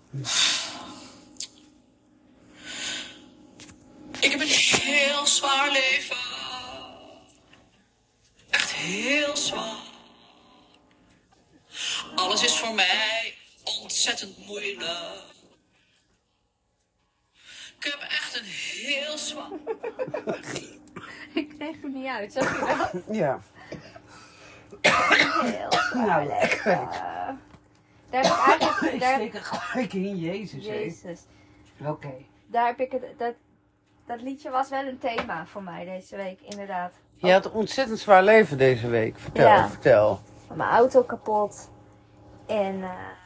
Ik heb een heel zwaar leven. Echt heel zwaar. Alles is voor mij ontzettend moeilijk. Ik heb echt een heel zwaar... Ik kreeg hem niet uit, zag je dat? Ja. Heel zwaar leven. Daar heb ik eigenlijk... Ik steek er gelijk in, Jezus. Jezus. Oké. Daar heb ik het... Dat liedje was wel een thema voor mij deze week, inderdaad. Je had een ontzettend zwaar leven deze week. Vertel, Ja. vertel. Mijn auto kapot. En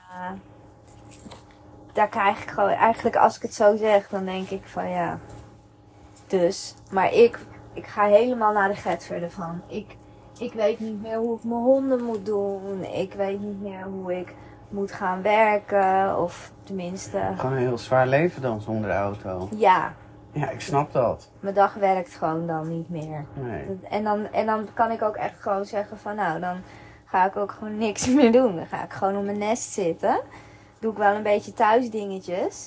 daar krijg ik gewoon... Eigenlijk als ik het zo zeg, dan denk ik van ja... Dus. Maar ik ga helemaal naar de getver ervan. Ik weet niet meer hoe ik mijn honden moet doen. Ik weet niet meer hoe ik moet gaan werken. Of tenminste... Gewoon een heel zwaar leven dan zonder auto. Ja, Ja, ik snap dat. mijn dag werkt gewoon dan niet meer. Nee. En dan kan ik ook echt gewoon zeggen van nou, dan ga ik ook gewoon niks meer doen. Dan ga ik gewoon op mijn nest zitten. Doe ik wel een beetje thuisdingetjes.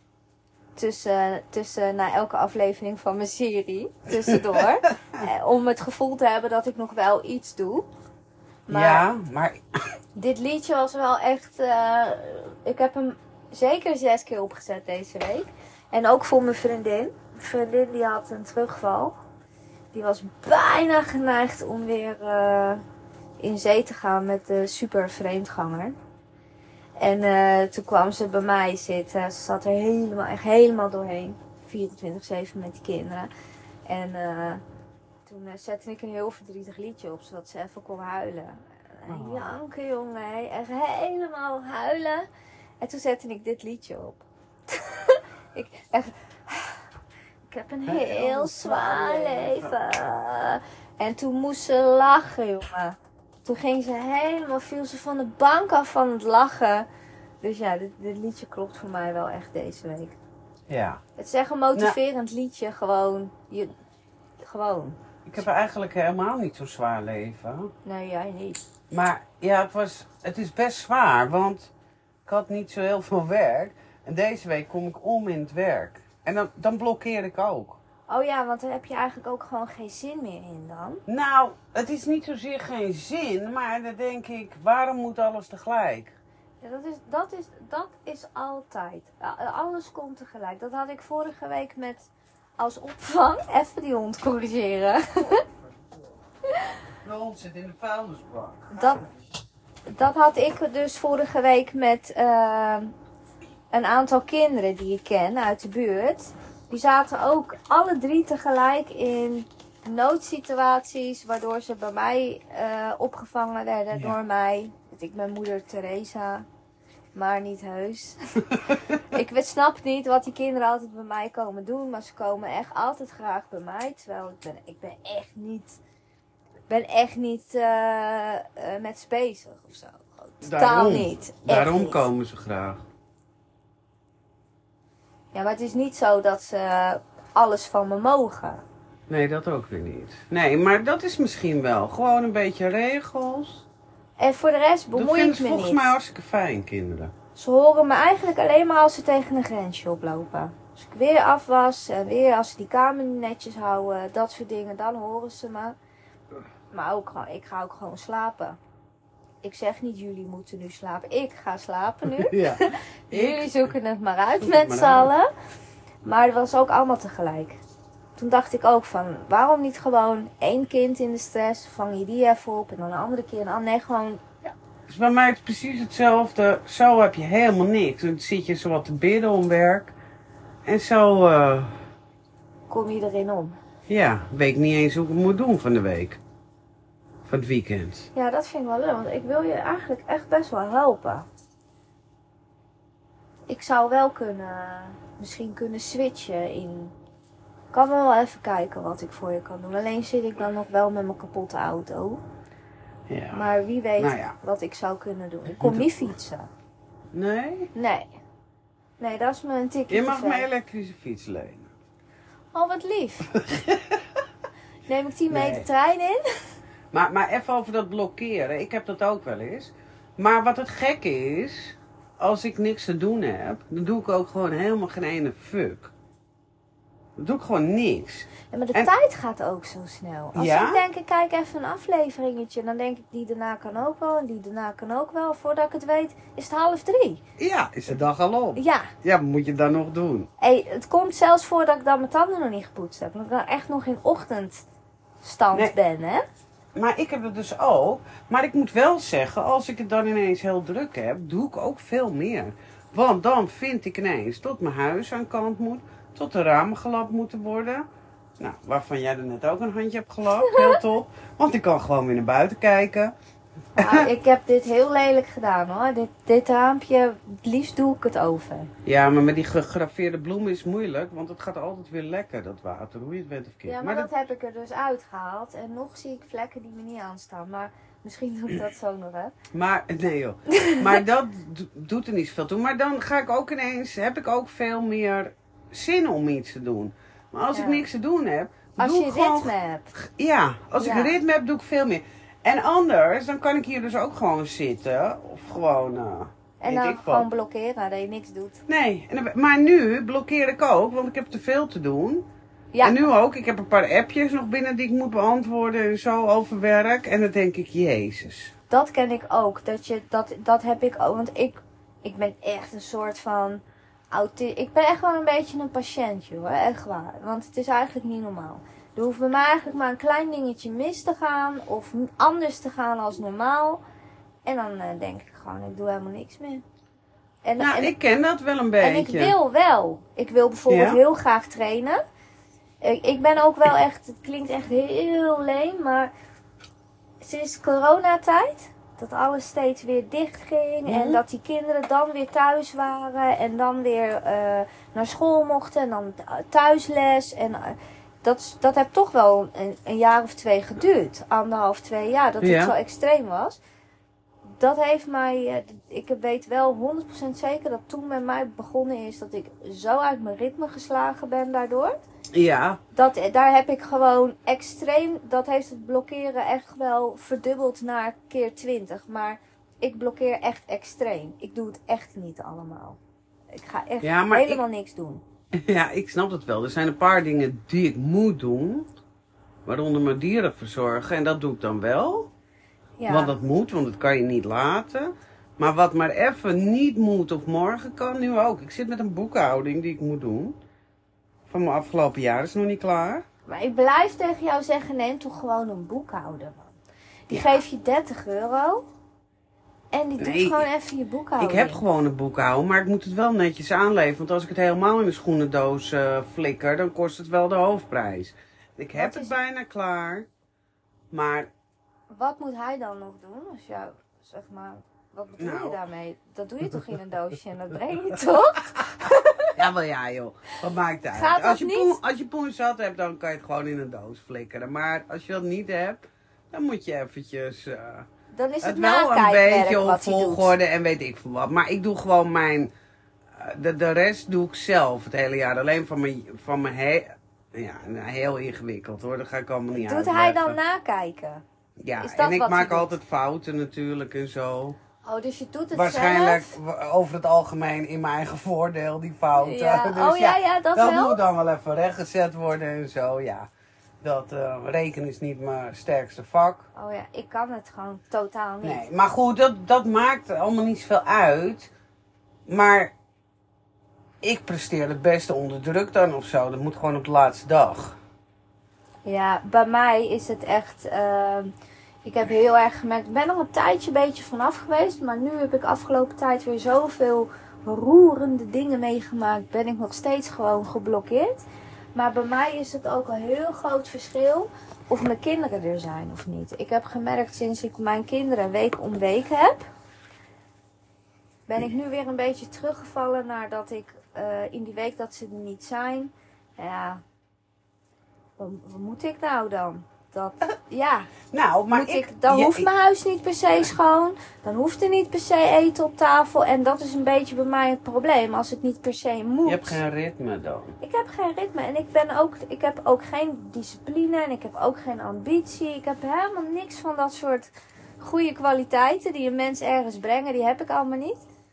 Tussen na elke aflevering van mijn serie. Tussendoor. Om het gevoel te hebben dat ik nog wel iets doe. Maar Ja, maar... dit liedje was wel echt... ik heb hem zeker 6 keer opgezet deze week. En ook voor mijn vriendin. Mijn vriendin die had een terugval. Die was bijna geneigd om weer in zee te gaan met de super vreemdganger. En toen kwam ze bij mij zitten. Ze zat er echt helemaal doorheen. 24/7 met die kinderen. En toen zette ik een heel verdrietig liedje op. Zodat ze even kon huilen. En janken jongen. Hè. Echt helemaal huilen. En toen zette ik dit liedje op. Ik heb een heel zwaar leven. En toen moest ze lachen, jongen. Toen ging ze helemaal, viel ze van de bank af van het lachen. Dus ja, dit liedje klopt voor mij wel echt deze week. Ja. Het is echt een motiverend liedje, gewoon. Gewoon. Ik heb eigenlijk helemaal niet zo'n zwaar leven. Nee, jij niet. Maar ja, het is best zwaar, want ik had niet zo heel veel werk. En deze week kom ik om in het werk. En dan blokkeer ik ook. Oh ja, want dan heb je eigenlijk ook gewoon geen zin meer in dan. Nou, het is niet zozeer geen zin, maar dan denk ik, waarom moet alles tegelijk? Ja, dat is altijd. Alles komt tegelijk. Dat had ik vorige week met als opvang. Even die hond corrigeren. De hond zit in de vuilnisbak. Dat had ik dus vorige week met een aantal kinderen die ik ken uit de buurt. Die zaten ook alle 3 tegelijk in noodsituaties. Waardoor ze bij mij opgevangen werden door mij. Ik ben moeder Teresa. Maar niet heus. Ik snap niet wat die kinderen altijd bij mij komen doen. Maar ze komen echt altijd graag bij mij. Terwijl ik ben echt niet met ze bezig of zo. Totaal niet. Daarom niet. komen ze graag. Ja, maar het is niet zo dat ze alles van me mogen. Nee, dat ook weer niet. Nee, maar dat is misschien wel. Gewoon een beetje regels. En voor de rest bemoei ik me Dat niet. volgens mij hartstikke fijn, kinderen. Ze horen me eigenlijk alleen maar als ze tegen een grensje oplopen. Als ik weer afwas en weer als ze die kamer niet netjes houden, dat soort dingen, dan horen ze me. Maar ook gewoon, ik ga ook gewoon slapen. Ik zeg niet, jullie moeten nu slapen. Ik ga slapen nu. Ja. Jullie zoeken het maar uit met z'n allen. Maar het was ook allemaal tegelijk. Toen dacht ik ook van, waarom niet gewoon 1 kind in de stress, vang je die even op en dan een andere keer. Nee, gewoon... Dus bij mij is het precies hetzelfde. Zo heb je helemaal niks. Dan zit je zo wat te bidden om werk. En zo, kom je erin om. ja, weet ik niet eens hoe ik het moet doen van de week. Van het weekend. Ja, dat vind ik wel leuk, want ik wil je eigenlijk echt best wel helpen. Ik zou wel misschien kunnen switchen in... Ik kan wel even kijken wat ik voor je kan doen. Alleen zit ik dan nog wel met mijn kapotte auto. Ja. Maar wie weet Nou ja. wat ik zou kunnen doen. Ik kom niet fietsen. Nee? Nee. Nee, dat is me een tikje Je te mag ver. mijn elektrische fiets lenen. Oh, wat lief. Neem ik die mee Nee. de trein in? Maar even over dat blokkeren. Ik heb dat ook wel eens. Maar wat het gekke is... als ik niks te doen heb, dan doe ik ook gewoon helemaal geen ene fuck. Dan doe ik gewoon niks. Ja, maar de tijd gaat ook zo snel. Als Ja? ik denk, ik kijk even een afleveringetje, dan denk ik, die daarna kan ook wel en die daarna kan ook wel. Voordat ik het weet, is het 2:30. Ja, is de dag al op. Ja, Ja, wat moet je dan nog doen? het komt zelfs voor dat ik dan mijn tanden nog niet gepoetst heb. Dat ik dan echt nog in ochtendstand Nee. ben, hè. Maar ik heb het dus ook. Maar ik moet wel zeggen, als ik het dan ineens heel druk heb, doe ik ook veel meer. Want dan vind ik ineens tot mijn huis aan kant moet, tot de ramen gelapt moeten worden. Nou, waarvan jij er net ook een handje hebt gelapt. Heel top. Want ik kan gewoon weer naar buiten kijken. Nou, ik heb dit heel lelijk gedaan, hoor. Dit raampje, het liefst doe ik het over. Ja, maar met die gegraveerde bloemen is moeilijk, want het gaat altijd weer lekker, dat water, hoe je het bent of keert. Ja, maar dat heb ik er dus uitgehaald. En nog zie ik vlekken die me niet aanstaan. Maar misschien doe ik dat zo nog, hè. Maar, nee joh. Maar dat doet er niet zoveel toe. Maar dan ga ik ook ineens, heb ik ook veel meer zin om iets te doen. Maar als Ja. ik niks te doen heb, Als doe je ik gewoon... ritme hebt. Ja, als Ja. ik een ritme heb, doe ik veel meer. En anders, dan kan ik hier dus ook gewoon zitten. Of gewoon, En weet dan ik wat. gewoon blokkeren, dat je niks doet. Nee, maar nu blokkeer ik ook, want ik heb te veel te doen. Ja, En nu ook, ik heb een paar appjes nog binnen die ik moet beantwoorden en zo over werk. En dan denk ik, Jezus. dat ken ik ook. Dat heb ik ook. Want ik ben echt een soort van... Ik ben echt wel een beetje een patiëntje, hoor. Echt waar. Want het is eigenlijk niet normaal. Er hoeft bij mij eigenlijk maar een klein dingetje mis te gaan. Of anders te gaan als normaal. En dan denk ik gewoon, ik doe helemaal niks meer. Nou, ik ken dat wel een beetje. En ik wil wel. Ik wil bijvoorbeeld Ja? heel graag trainen. Ik ben ook wel echt, het klinkt echt heel leem, maar sinds coronatijd, dat alles steeds weer dicht ging en dat die kinderen dan weer thuis waren en dan weer naar school mochten en dan thuisles. En dat heeft toch wel een jaar of 2 geduurd. 1,5, 2 jaar, dat Ja. het zo extreem was. Dat heeft mij, ik weet wel 100% zeker dat toen bij mij begonnen is dat ik zo uit mijn ritme geslagen ben daardoor. Ja, Daar heb ik gewoon extreem, dat heeft het blokkeren echt wel verdubbeld naar keer 20. Maar ik blokkeer echt extreem. Ik doe het echt niet allemaal. Ik ga echt Ja, maar helemaal niks doen. ja, ik snap het wel. Er zijn een paar dingen die ik moet doen. Waaronder mijn dieren verzorgen. En dat doe ik dan wel. Ja. Want dat moet, want dat kan je niet laten. Maar wat maar even niet moet of morgen kan, nu ook. Ik zit met een boekhouding die ik moet doen. Van mijn afgelopen jaar, is nog niet klaar. Maar ik blijf tegen jou zeggen, neem toch gewoon een boekhouder, man. Die Ja. geef je €30. En die doet Nee, gewoon even je boekhouding. Ik heb gewoon een boekhouden, maar ik moet het wel netjes aanleveren. Want als ik het helemaal in de schoenendoos flikker, dan kost het wel de hoofdprijs. Ik heb Wat het is- bijna klaar. Maar Wat moet hij dan nog doen als jou, zeg maar, wat bedoel Nou. je daarmee? Dat doe je toch in een doosje en dat breng je toch? ja, wel ja joh. Wat maakt het uit? Gaat dat niet? Als je poen zat hebt, dan kan je het gewoon in een doos flikkeren. Maar als je dat niet hebt, dan moet je eventjes Dan is het het wel een nakijkwerk beetje op wat hij doet. volgorde en weet ik veel wat. Maar ik doe gewoon mijn... de rest doe ik zelf het hele jaar. Alleen van mijn ja, nou, heel ingewikkeld hoor. Dat ga ik allemaal niet Doet uitleggen. hij dan nakijken? Ja, Is dat en ik wat hij maak doet? altijd fouten natuurlijk en zo. Oh, dus je doet het Waarschijnlijk zelf? over het algemeen in mijn eigen voordeel, die fouten. Ja. Dus Oh ja, dat wel? moet dan wel even rechtgezet worden en zo, ja. Dat rekenen is niet mijn sterkste vak. Oh ja, ik kan het gewoon totaal niet. Nee, maar goed, dat maakt allemaal niet zoveel uit. Maar ik presteer het beste onder druk dan of zo. Dat moet gewoon op de laatste dag. Ja, bij mij is het echt... ik heb heel erg gemerkt... Ik ben er een tijdje een beetje vanaf geweest. Maar nu heb ik afgelopen tijd weer zoveel roerende dingen meegemaakt. Ben ik nog steeds gewoon geblokkeerd. Maar bij mij is het ook een heel groot verschil of mijn kinderen er zijn of niet. Ik heb gemerkt sinds ik mijn kinderen week om week heb... ben ik nu weer een beetje teruggevallen naar dat ik in die week dat ze er niet zijn... Ja, wat moet ik nou dan? Ja, Nou, maar dan hoeft mijn huis niet per se schoon. Dan hoeft er niet per se eten op tafel. En dat is een beetje bij mij het probleem. Als het niet per se moet. Je hebt geen ritme dan. Ik heb geen ritme. En ik heb ook geen discipline. En ik heb ook geen ambitie. Ik heb helemaal niks van dat soort goede kwaliteiten die een mens ergens brengen. Die heb ik allemaal niet.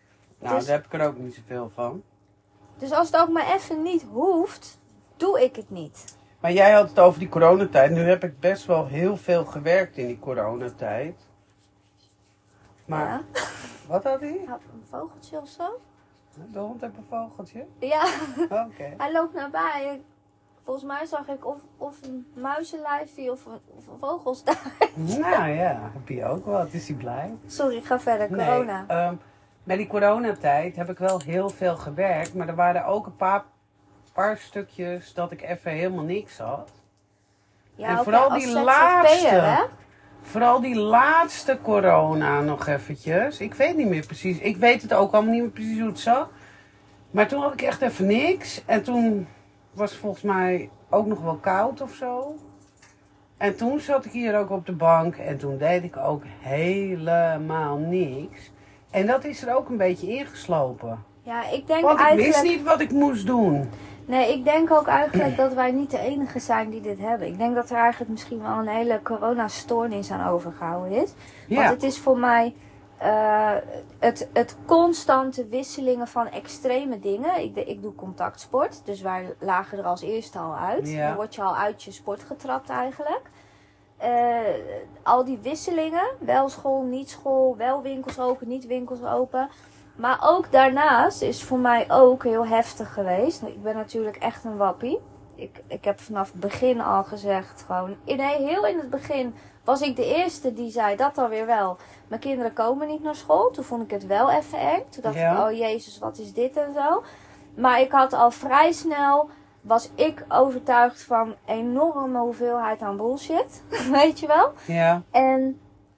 Nou, Dus- daar heb ik er ook niet zoveel van. Dus als het ook maar even niet hoeft, doe ik het niet. Maar jij had het over die coronatijd. Nu heb ik best wel heel veel gewerkt in die coronatijd. Maar, Ja. wat had hij? Had een vogeltje of zo? De hond heeft een vogeltje? Ja, Oké. hij loopt nabij. Volgens mij zag ik of een muizenlijfje of een vogelstaart. Nou ja, heb je ook wat. Is hij blij? Sorry, ga verder. Corona. Nee, met die coronatijd heb ik wel heel veel gewerkt. Maar er waren ook een paar stukjes dat ik even helemaal niks had. Ja, en oké, vooral als die ZZP'er, laatste. hè? Vooral die laatste corona nog eventjes. Ik weet niet meer precies. Ik weet het ook allemaal niet meer precies hoe het zag. Maar toen had ik echt even niks. En toen was het volgens mij ook nog wel koud of zo. En toen zat ik hier ook op de bank. En toen deed ik ook helemaal niks. En dat is er ook een beetje ingeslopen. Ja, ik denk Want ik eigenlijk... wist niet wat ik moest doen. Nee, ik denk ook eigenlijk dat wij niet de enige zijn die dit hebben. Ik denk dat er eigenlijk misschien wel een hele coronastoornis aan overgehouden is. Ja. Want het is voor mij het constante wisselingen van extreme dingen. Ik doe contactsport, dus wij lagen er als eerste al uit. Ja. Dan word je al uit je sport getrapt eigenlijk. Al die wisselingen, wel school, niet school, wel winkels open, niet winkels open. Maar ook daarnaast is voor mij ook heel heftig geweest. Ik ben natuurlijk echt een wappie. Ik heb vanaf het begin al gezegd, gewoon heel in het begin was ik de eerste die zei dat alweer wel. Mijn kinderen komen niet naar school. Toen vond ik het wel even eng. Toen dacht Ja. ik, oh jezus, wat is dit en zo. Maar ik had al vrij snel, was ik overtuigd van enorme hoeveelheid aan bullshit. Weet je wel? Ja. En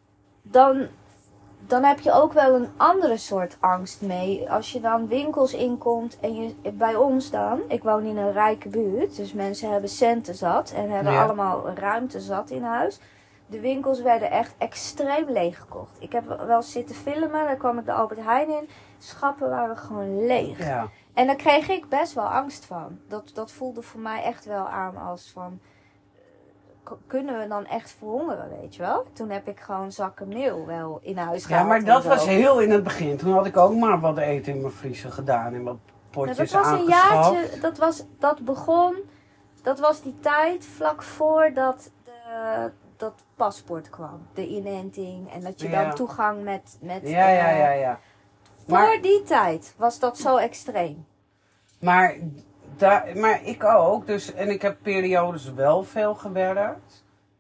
dan heb je ook wel een andere soort angst mee. Als je dan winkels inkomt en bij ons dan, ik woon in een rijke buurt, dus mensen hebben centen zat en hebben Ja. allemaal ruimte zat in huis. De winkels werden echt extreem leeggekocht. Ik heb wel zitten filmen, daar kwam ik de Albert Heijn in. Schappen waren gewoon leeg. Ja. En daar kreeg ik best wel angst van. Dat voelde voor mij echt wel aan als van, kunnen we dan echt verhongeren, weet je wel? Toen heb ik gewoon zakken meel wel in huis Ja, gehaald. maar en dat zo. was heel in het begin. Toen had ik ook maar wat eten in mijn vriezer gedaan en wat Nou, potjes dat was een aangeschaft. jaartje, dat was die tijd vlak voordat dat paspoort kwam. De inenting en dat je Ja. dan toegang met Ja. Voor Maar, die tijd was dat zo extreem. maar ik ook. Dus, en ik heb periodes wel veel gewerkt.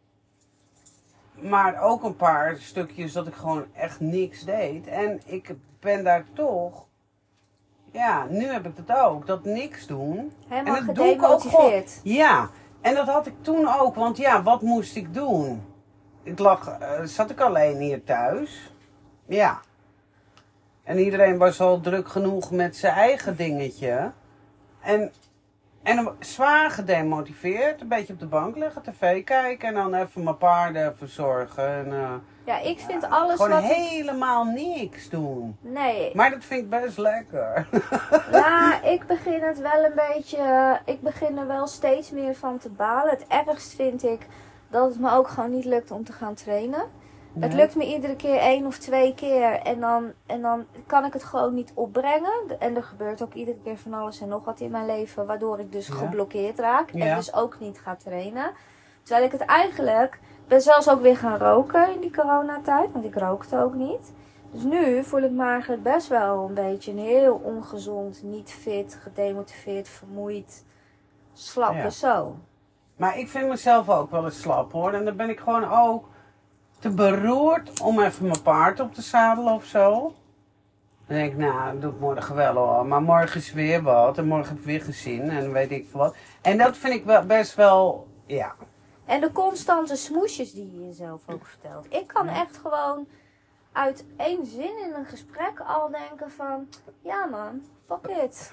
Maar ook een paar stukjes dat ik gewoon echt niks deed. En ik ben daar toch... Ja, nu heb ik dat ook. Dat niks doen. Helemaal en dat doe ik ook gewoon. gedemotiveerd. Ja, en dat had ik toen ook. Want ja, wat moest ik doen? Zat ik alleen hier thuis. Ja. En iedereen was al druk genoeg met zijn eigen dingetje. En zwaar gedemotiveerd. Een beetje op de bank liggen, tv kijken. En dan even mijn paarden verzorgen. En, Ja, ik vind alles gewoon wat ik... helemaal niks doen. Nee, Maar dat vind ik best lekker. ja, ik begin het wel een beetje... Ik begin er wel steeds meer van te balen. Het ergst vind ik dat het me ook gewoon niet lukt om te gaan trainen. Het Nee. lukt me iedere keer 1 of 2 keer en dan kan ik het gewoon niet opbrengen. En er gebeurt ook iedere keer van alles en nog wat in mijn leven, waardoor ik dus Ja. geblokkeerd raak en Ja. dus ook niet ga trainen. Terwijl ik het eigenlijk, ben zelfs ook weer gaan roken in die coronatijd, want ik rookte ook niet. Dus nu voel ik me eigenlijk best wel een beetje een heel ongezond, niet fit, gedemotiveerd, vermoeid, slap Ja. persoon. Maar ik vind mezelf ook wel eens slap hoor. En dan ben ik gewoon ook te beroerd om even mijn paard op te zadelen of zo. Dan denk ik, nou, dat doe ik morgen wel hoor. Maar morgen is weer wat. En morgen heb ik weer gezien. En weet ik veel wat. En dat vind ik wel best wel, ja. En de constante smoesjes die je jezelf ook vertelt. Ik kan echt gewoon uit 1 zin in een gesprek al denken van... Ja man, fuck it.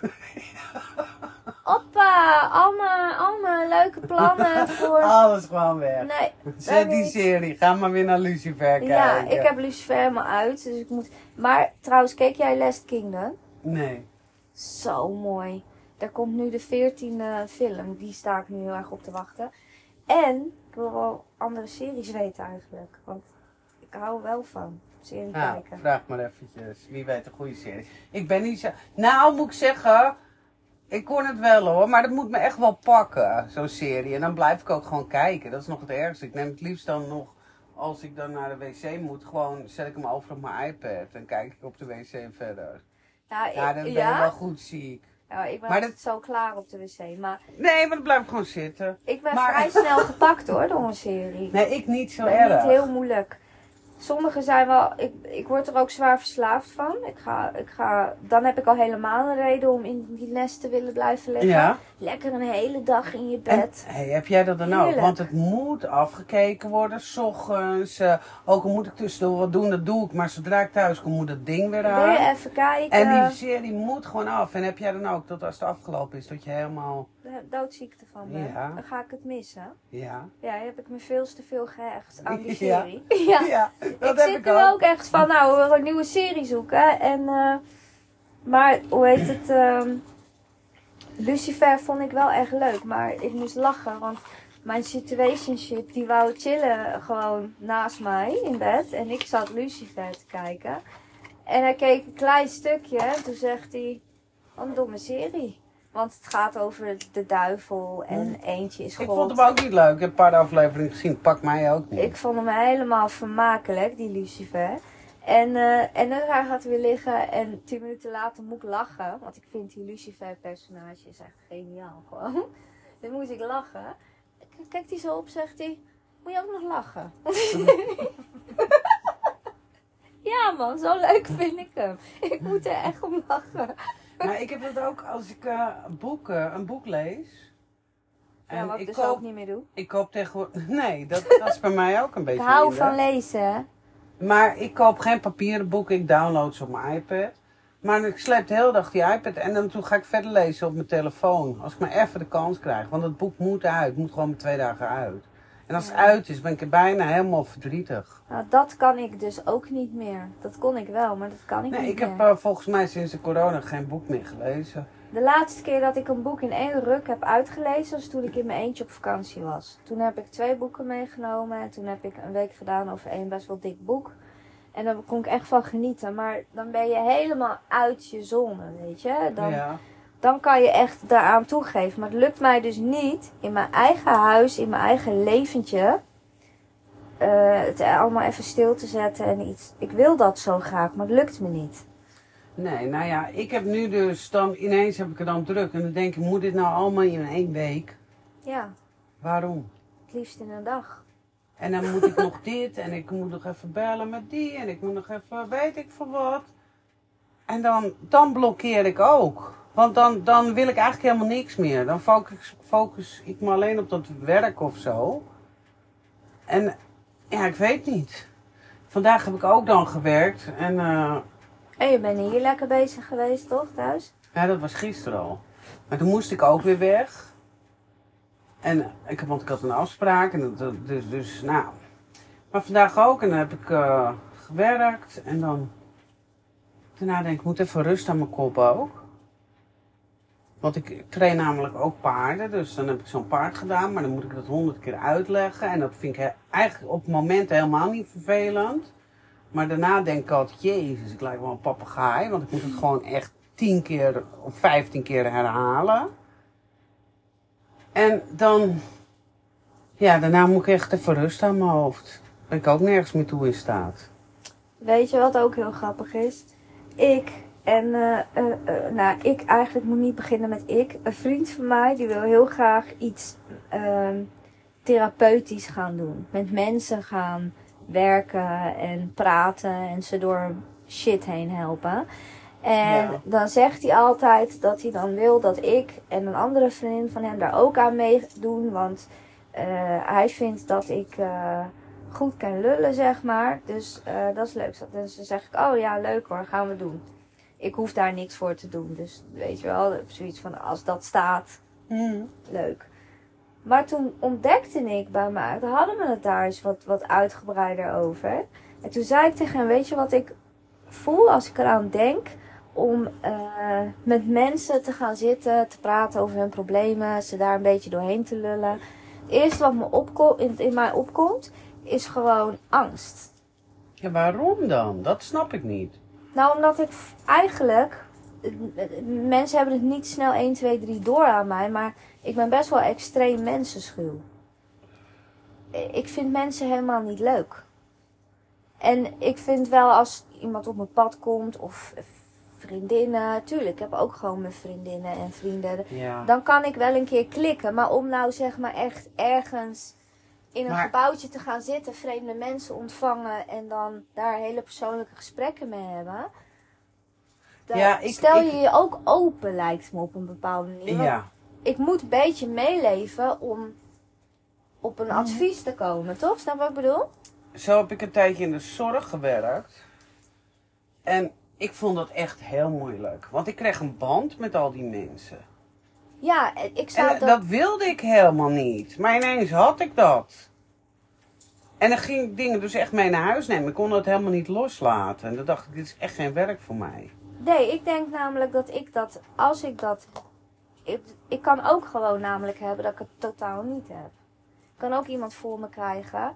Hoppa, al mijn leuke plannen voor... Alles gewoon weg. Nee, Zet dat die niet. serie. Ga maar weer naar Lucifer kijken. Ja, ik heb Lucifer helemaal uit, dus ik moet... Maar trouwens, keek jij Last Kingdom? Nee. Zo mooi. Daar komt nu de 14e film. Die sta ik nu heel erg op te wachten. En ik wil wel andere series weten eigenlijk. Want ik hou er wel van. serie Ja, kijken. vraag maar eventjes. Wie weet een goede serie. Ik ben niet zo... Nou, moet ik zeggen... Ik kon het wel hoor, maar dat moet me echt wel pakken, zo'n serie. En dan blijf ik ook gewoon kijken. Dat is nog het ergste. Ik neem het liefst dan nog, als ik dan naar de wc moet, gewoon zet ik hem over op mijn iPad. En kijk ik op de wc verder. Ja, dan ben je wel goed ziek. Ja, ik ben Maar altijd zo klaar op de wc. Maar Nee, maar dan blijf ik gewoon zitten. ik ben Maar- vrij snel gepakt hoor, door een serie. Nee, ik niet zo Ik ben erg. niet heel moeilijk. Sommige zijn wel... Ik word er ook zwaar verslaafd van. Dan heb ik al helemaal een reden om in die nest te willen blijven liggen. Ja. Lekker een hele dag in je En, bed. hey, heb jij dat dan ook? Heerlijk. Want het moet afgekeken worden, 's ochtends. Ook al moet ik tussendoor wat doen, dat doe ik. Maar zodra ik thuis kom, moet het ding weer aan. Weer even kijken. En die serie moet gewoon af. En heb jij dan ook, dat als het afgelopen is, dat je helemaal... Doodziek ervan ben. Ja. Dan ga ik het missen. Ja. Ja, heb ik me veel te veel gehecht aan die Ja. serie. Ja. Ja, dat Ik heb zit ik nu ook echt van, nou, we willen een nieuwe serie zoeken. En, maar, hoe heet het? Lucifer vond ik wel echt leuk. Maar ik moest lachen, want mijn situationship, die wou chillen gewoon naast mij in bed. En ik zat Lucifer te kijken. En hij keek een klein stukje en toen zegt hij, wat een domme serie. Want het gaat over de duivel en eentje is Ik God. vond hem ook niet leuk. Ik heb een paar afleveringen gezien. Pak mij ook niet. Ik vond hem helemaal vermakelijk, die Lucifer. En dan gaat hij weer liggen en 10 minuten later moet ik lachen. Want ik vind die Lucifer-personage is echt geniaal gewoon. Dan moest ik lachen. Kijkt hij zo op, zegt hij, moet je ook nog lachen? Ja man, zo leuk vind ik hem. Ik moet er echt om lachen. Maar ik heb dat ook als ik een boek lees. Ja, wat ik ik dus koop, ook niet meer doe. Ik koop tegenwoordig... Nee, dat is bij mij ook een Ik beetje hou minder. van lezen, hè. Maar ik koop geen papieren boeken, ik download ze op mijn iPad. Maar ik sleep de hele dag die iPad en dan toen ga ik verder lezen op mijn telefoon. Als ik maar even de kans krijg. Want het boek moet uit, het moet gewoon met 2 dagen uit. En als het uit is, ben ik er bijna helemaal verdrietig. Nou, dat kan ik dus ook niet meer. Dat kon ik wel, maar dat kan ik Nee, niet ik meer. heb volgens mij sinds de corona geen boek meer gelezen. De laatste keer dat ik een boek in 1 ruk heb uitgelezen was toen ik in mijn eentje op vakantie was. Toen heb ik 2 boeken meegenomen en toen heb ik een week gedaan over 1 best wel dik boek. En daar kon ik echt van genieten. Maar dan ben je helemaal uit je zone, weet je. Dan kan je echt daaraan toegeven. Maar het lukt mij dus niet in mijn eigen huis, in mijn eigen leventje, het allemaal even stil te zetten en iets. Ik wil dat zo graag, maar het lukt me niet. Nee, nou ja, ik heb nu dus dan ineens heb ik het dan druk. En dan denk ik, moet dit nou allemaal in 1 week? Ja, Waarom? het liefst in een dag. En dan moet ik nog dit en ik moet nog even bellen met die en ik moet nog even weet ik veel wat. En dan blokkeer ik ook. Want dan wil ik eigenlijk helemaal niks meer. Dan focus ik me alleen op dat werk of zo. En ja, ik weet niet. Vandaag heb ik ook dan gewerkt en En je bent hier lekker bezig geweest, toch, thuis? ja, dat was gisteren al. Maar toen moest ik ook weer weg. En want ik had een afspraak. En dus nou. Maar vandaag ook. En dan heb ik gewerkt. En dan. Daarna denk ik, ik moet even rust aan mijn kop ook. Want ik train namelijk ook paarden. Dus dan heb ik zo'n paard gedaan. Maar dan moet ik dat 100 keer uitleggen. En dat vind ik eigenlijk op het moment helemaal niet vervelend. Maar daarna denk ik altijd, jezus, ik lijk wel een papegaai. Want ik moet het gewoon echt 10 keer of 15 keer herhalen. En dan, ja, daarna moet ik echt even rust aan mijn hoofd. Dat ik ook nergens meer toe in staat. Weet je wat ook heel grappig is? Ik eigenlijk moet niet beginnen met ik. Een vriend van mij die wil heel graag iets therapeutisch gaan doen. Met mensen gaan werken en praten en ze door shit heen helpen. En dan zegt hij altijd dat hij dan wil dat ik en een andere vriendin van hem daar ook aan meedoen. Want hij vindt dat ik goed kan lullen, zeg maar. Dus dat is leuk. Dus dan zeg ik, oh ja, leuk hoor, gaan we doen. Ik hoef daar niks voor te doen. Dus weet je wel, zoiets van als dat staat, leuk. Maar toen ontdekte ik bij mij, toen hadden we het daar eens wat uitgebreider over. En toen zei ik tegen hem, weet je wat ik voel als ik eraan denk om met mensen te gaan zitten, te praten over hun problemen, ze daar een beetje doorheen te lullen. Het eerste wat me in mij opkomt, is gewoon angst. Ja, waarom dan? Dat snap ik niet. Nou, omdat ik eigenlijk... Mensen hebben het niet snel 1, 2, 3 door aan mij. Maar ik ben best wel extreem mensenschuw. Ik vind mensen helemaal niet leuk. En ik vind wel als iemand op mijn pad komt of vriendinnen. Tuurlijk, ik heb ook gewoon mijn vriendinnen en vrienden. Ja. Dan kan ik wel een keer klikken. Maar om nou zeg maar echt ergens in een gebouwtje te gaan zitten. Vreemde mensen ontvangen. En dan daar hele persoonlijke gesprekken mee hebben. Stel je ook open lijkt me op een bepaalde manier. Ja. Ik moet een beetje meeleven om op een advies te komen. Toch? Snap wat ik bedoel? Zo heb ik een tijdje in de zorg gewerkt. En ik vond dat echt heel moeilijk. Want ik kreeg een band met al die mensen. Ja, dat wilde ik helemaal niet. Maar ineens had ik dat. En dan ging ik dingen dus echt mee naar huis nemen. Ik kon dat helemaal niet loslaten. En dan dacht ik, dit is echt geen werk voor mij. Nee, ik denk namelijk als ik dat... Ik kan ook gewoon namelijk hebben dat ik het totaal niet heb. Ik kan ook iemand voor me krijgen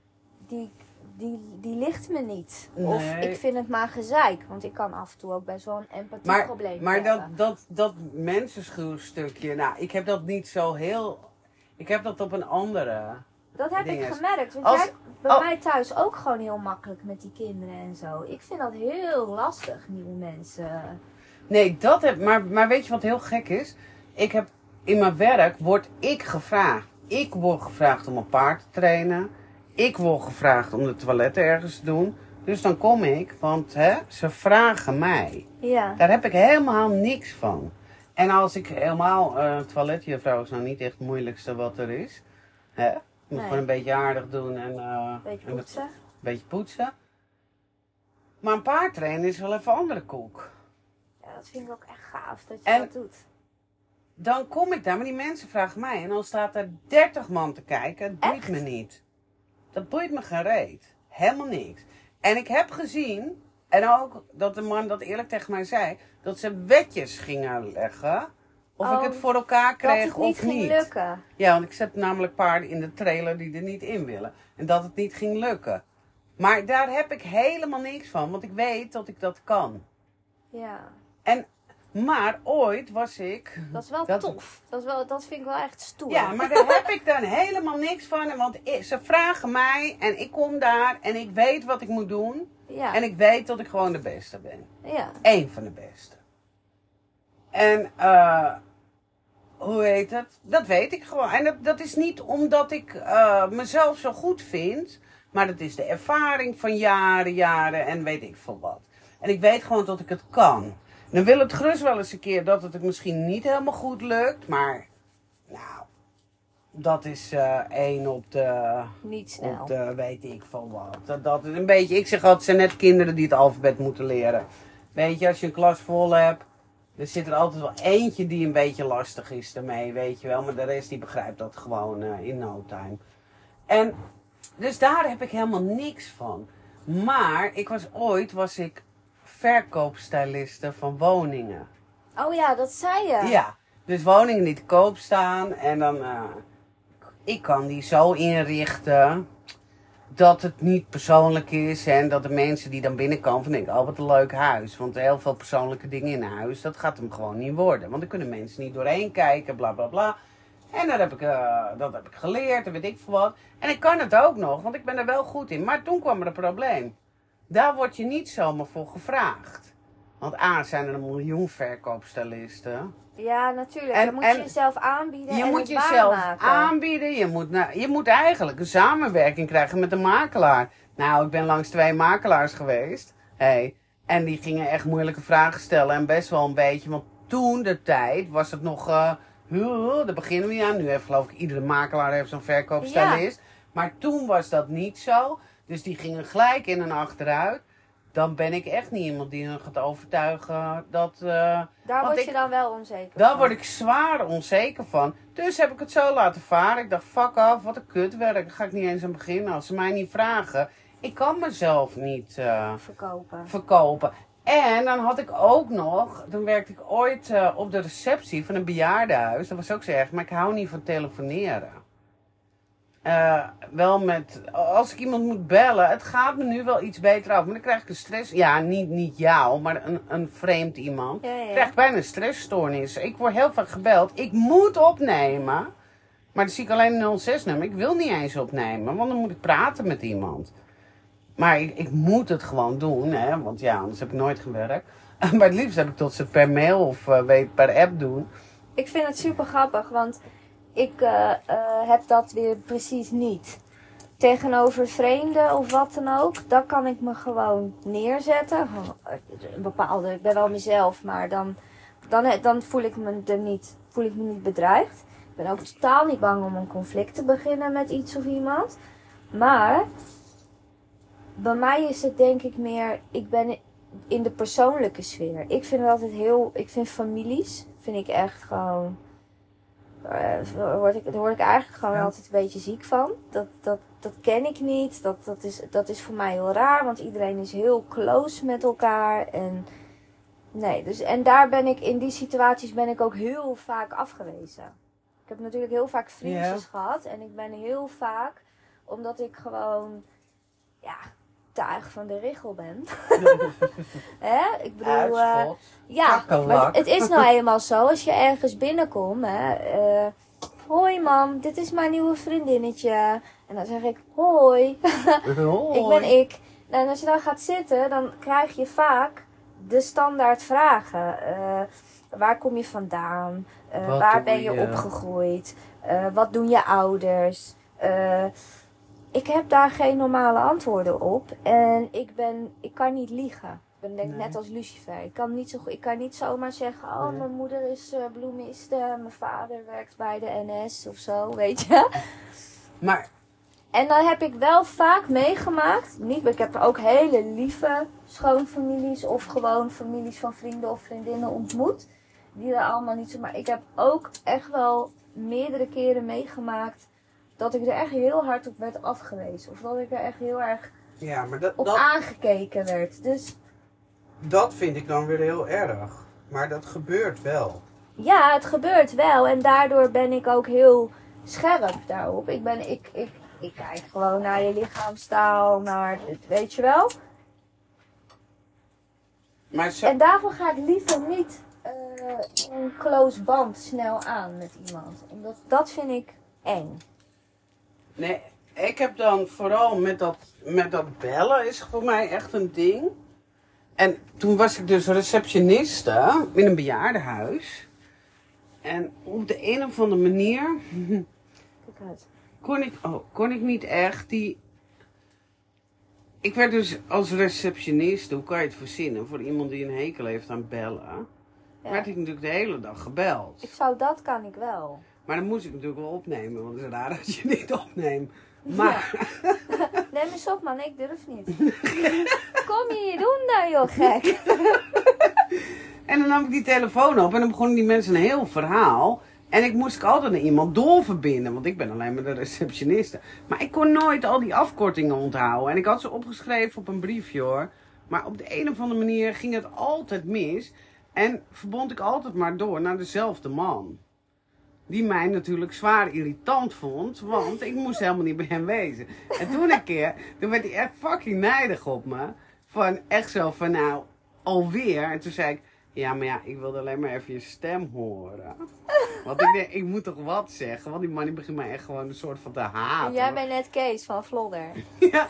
die ligt me niet. Nee. Of ik vind het maar gezeik. Want ik kan af en toe ook best wel een empathieprobleem hebben. Maar dat mensenschuwstukje, nou, ik heb dat niet zo heel... Ik heb dat op een andere... Dat heb ik gemerkt. Want jij bij mij thuis ook gewoon heel makkelijk met die kinderen en zo. Ik vind dat heel lastig, nieuwe mensen. Nee, maar weet je wat heel gek is? In mijn werk word ik gevraagd. Ik word gevraagd om een paard te trainen. Ik word gevraagd om de toiletten ergens te doen. Dus dan kom ik, want ze vragen mij. Ja. Daar heb ik helemaal niks van. En als ik helemaal... toiletjuffrouw is nou niet echt het moeilijkste wat er is. Je moet gewoon een beetje aardig doen en... beetje poetsen. Beetje poetsen. Maar een paard trainen is wel even andere koek. Ja, dat vind ik ook echt gaaf dat je dat doet. Dan kom ik daar, maar die mensen vragen mij. En dan staat er 30 man te kijken. Het boeit me niet. Dat boeit me geen reet. Helemaal niks. En ik heb gezien, en ook dat de man dat eerlijk tegen mij zei, dat ze wetjes gingen leggen. Of ik het voor elkaar kreeg of niet. Dat het niet ging lukken. Ja, want ik zet namelijk paarden in de trailer die er niet in willen. En dat het niet ging lukken. Maar daar heb ik helemaal niks van, want ik weet dat ik dat kan. Ja. Maar ooit was ik... Dat is wel tof. Dat vind ik wel echt stoer. Ja, maar daar heb ik dan helemaal niks van. Want ze vragen mij en ik kom daar en ik weet wat ik moet doen. Ja. En ik weet dat ik gewoon de beste ben. Ja. Eén van de beste. En hoe heet het? Dat weet ik gewoon. En dat is niet omdat ik mezelf zo goed vind. Maar dat is de ervaring van jaren en weet ik veel wat. En ik weet gewoon dat ik het kan. Dan wil het gerust wel eens een keer dat het misschien niet helemaal goed lukt. Maar, nou, dat is 1 op de... Niet snel. Op de weet ik van wat. Dat is een beetje, ik zeg altijd, het zijn net kinderen die het alfabet moeten leren. Weet je, als je een klas vol hebt, dan zit er altijd wel eentje die een beetje lastig is ermee, weet je wel. Maar de rest die begrijpt dat gewoon in no time. En, dus daar heb ik helemaal niks van. Maar, ooit was ik verkoopstyliste van woningen. Oh ja, dat zei je. Ja, dus woningen die te koop staan en dan... ik kan die zo inrichten dat het niet persoonlijk is en dat de mensen die dan binnenkomen van denken, oh wat een leuk huis. Want heel veel persoonlijke dingen in huis, dat gaat hem gewoon niet worden. Want dan kunnen mensen niet doorheen kijken, bla bla bla. En dat heb ik geleerd en weet ik veel wat. En ik kan het ook nog, want ik ben er wel goed in. Maar toen kwam er een probleem. Daar word je niet zomaar voor gevraagd. Want zijn er 1 miljoen verkoopstylisten. Ja, natuurlijk. Dan moet je jezelf aanbieden je en moet het jezelf waarmaken. aanbieden. Je moet eigenlijk een samenwerking krijgen met een makelaar. Nou, ik ben langs 2 makelaars geweest. En die gingen echt moeilijke vragen stellen. En best wel een beetje. Want toen de tijd was het nog... daar beginnen we aan. Nu heeft geloof ik iedere makelaar heeft zo'n verkoopstylist. Ja. Maar toen was dat niet zo. Dus die gingen gelijk in en achteruit. Dan ben ik echt niet iemand die hen gaat overtuigen dat... Daar word je dan wel onzeker van. Daar word ik zwaar onzeker van. Dus heb ik het zo laten varen. Ik dacht, fuck af, wat een kutwerk. Daar ga ik niet eens aan beginnen. Als ze mij niet vragen. Ik kan mezelf niet verkopen. En dan had ik ook nog... Toen werkte ik ooit op de receptie van een bejaardenhuis. Dat was ook zo erg. Maar ik hou niet van telefoneren. wel met, als ik iemand moet bellen, het gaat me nu wel iets beter af. Maar dan krijg ik een stress, ja, niet jou, maar een vreemd iemand. Ja. Dan krijg ik bijna een stressstoornis. Ik word heel vaak gebeld, ik moet opnemen. Maar dan zie ik alleen een 06-nummer. Ik wil niet eens opnemen, want dan moet ik praten met iemand. Maar ik moet het gewoon doen, hè, want ja, anders heb ik nooit gewerkt. Maar het liefst heb ik tot ze per mail of per app doen. Ik vind het super grappig, want ik heb dat weer precies niet. Tegenover vreemden of wat dan ook, dan kan ik me gewoon neerzetten. Een bepaalde, ik ben wel mezelf, maar dan voel ik me niet bedreigd. Ik ben ook totaal niet bang om een conflict te beginnen met iets of iemand. Maar bij mij is het denk ik meer, ik ben in de persoonlijke sfeer. Ik vind het altijd ik vind families, vind ik echt gewoon, daar word ik eigenlijk gewoon altijd een beetje ziek van. Dat ken ik niet, dat is voor mij heel raar, want iedereen is heel close met elkaar. En nee, dus, en daar ben ik, in die situaties ben ik ook heel vaak afgewezen. Ik heb natuurlijk heel vaak vriendjes gehad en ik ben heel vaak, omdat ik gewoon, ja, tuig van de richel ben. Hè? Ik bedoel, ja, maar het is nou helemaal zo, als je ergens binnenkomt, hè, hoi mam, dit is mijn nieuwe vriendinnetje. En dan zeg ik, hoi, Hoi. ik ben ik. En als je dan gaat zitten, dan krijg je vaak de standaard vragen. Waar kom je vandaan? Waar ben je opgegroeid? Wat doen je ouders? Ik heb daar geen normale antwoorden op. En ik kan niet liegen. Ik ben denk ik net als Lucifer. Ik kan niet zomaar zeggen, oh, mijn moeder is bloemiste, mijn vader werkt bij de NS of zo, weet je. Maar En dan heb ik wel vaak meegemaakt, ik heb ook hele lieve schoonfamilies of gewoon families van vrienden of vriendinnen ontmoet. Die er allemaal niet zo, maar ik heb ook echt wel meerdere keren meegemaakt dat ik er echt heel hard op werd afgewezen. Of dat ik er echt heel erg op aangekeken werd. Dus dat vind ik dan weer heel erg. Maar dat gebeurt wel. ja, het gebeurt wel. En daardoor ben ik ook heel scherp daarop. Ik kijk gewoon naar je lichaamstaal, naar het, weet je wel. Maar En daarvoor ga ik liever niet een close band snel aan met iemand. Omdat dat vind ik eng. Nee, ik heb dan vooral met dat bellen is voor mij echt een ding. En toen was ik dus receptioniste in een bejaardenhuis. En op de een of andere manier Kijk uit. kon ik niet echt Ik werd dus als receptioniste, hoe kan je het verzinnen, voor iemand die een hekel heeft aan bellen, werd ik natuurlijk de hele dag gebeld. Dat kan ik wel. Maar dan moest ik natuurlijk wel opnemen, want het is raar als je niet opneemt. Maar Neem eens op man, ik durf niet. Kom je hier doen dan joh, gek. En dan nam ik die telefoon op en dan begonnen die mensen een heel verhaal. En ik moest altijd naar iemand doorverbinden, want ik ben alleen maar de receptioniste. Maar ik kon nooit al die afkortingen onthouden. En ik had ze opgeschreven op een briefje hoor. Maar op de een of andere manier ging het altijd mis. En verbond ik altijd maar door naar dezelfde man. Die mij natuurlijk zwaar irritant vond, want ik moest helemaal niet bij hem wezen. En toen werd hij echt fucking nijdig op me. Van echt zo van nou, alweer. En toen zei ik, ja maar ja, ik wilde alleen maar even je stem horen. Want ik denk, ik moet toch wat zeggen, want die man die begint mij echt gewoon een soort van te haten. Jij bent net Kees van Vlodder. Ja.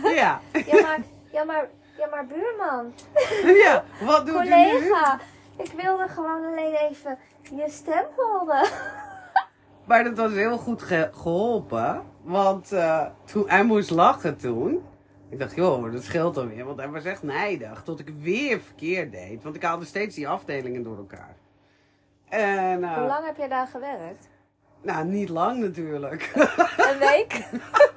Ja maar buurman. Ja, wat doet u nu? Collega, ik wilde gewoon alleen even je stem horen. Maar dat was heel goed geholpen. Want hij moest lachen toen. Ik dacht, joh, dat scheelt dan weer. Want hij was echt nijdig. Tot ik weer verkeerd deed. Want ik haalde steeds die afdelingen door elkaar. En, Hoe lang heb jij daar gewerkt? Nou, niet lang natuurlijk. Een week?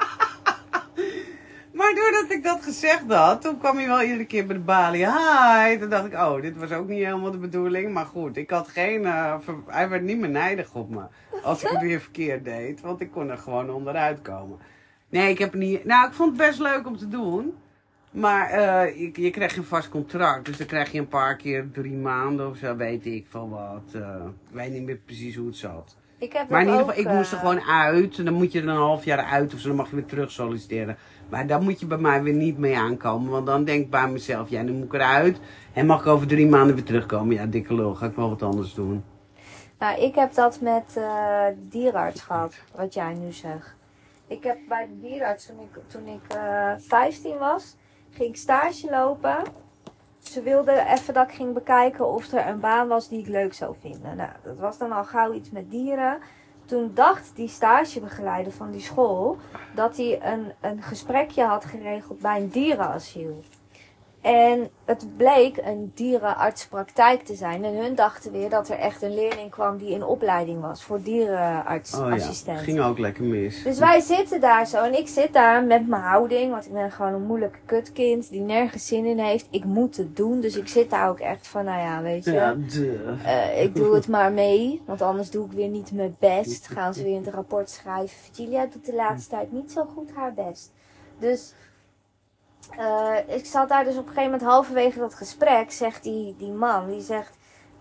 Maar doordat ik dat gezegd had, toen kwam hij wel iedere keer bij de balie. Hi. Toen dacht ik, oh, dit was ook niet helemaal de bedoeling. Maar goed, ik had geen... hij werd niet meer nijdig op me. Als ik het weer verkeerd deed. Want ik kon er gewoon onderuit komen. Nee, ik heb niet... Nou, ik vond het best leuk om te doen. Maar je krijgt een vast contract. Dus dan krijg je een paar keer 3 maanden of zo, weet ik van wat. Ik weet niet meer precies hoe het zat. Ik heb Maar in dat ieder geval, ook, ik moest er gewoon uit. En dan moet je er een half jaar uit of zo. Dan mag je weer terug solliciteren. Maar daar moet je bij mij weer niet mee aankomen. Want dan denk ik bij mezelf, ja, nu moet ik eruit. En mag ik over 3 maanden weer terugkomen. Ja, dikke lul, ga ik wel wat anders doen. Nou, ik heb dat met de dierenarts gehad, wat jij nu zegt. Ik heb bij de dierenarts, toen ik 15 was, ging ik stage lopen. Ze wilden even dat ik ging bekijken of er een baan was die ik leuk zou vinden. Nou, dat was dan al gauw iets met dieren. Toen dacht die stagebegeleider van die school dat hij een gesprekje had geregeld bij een dierenasiel. En het bleek een dierenartspraktijk te zijn. En hun dachten weer dat er echt een leerling kwam die in opleiding was voor dierenartsassistent. Oh ja, ging ook lekker mis. Dus wij zitten daar zo en ik zit daar met mijn houding, want ik ben gewoon een moeilijke kutkind die nergens zin in heeft. Ik moet het doen, dus ik zit daar ook echt van, nou ja, weet je, Ja, ik doe het maar mee, want anders doe ik weer niet mijn best. Gaan ze weer in het rapport schrijven, Virgilia doet de laatste tijd niet zo goed haar best. Dus ik zat daar dus op een gegeven moment halverwege dat gesprek, zegt die man, die zegt,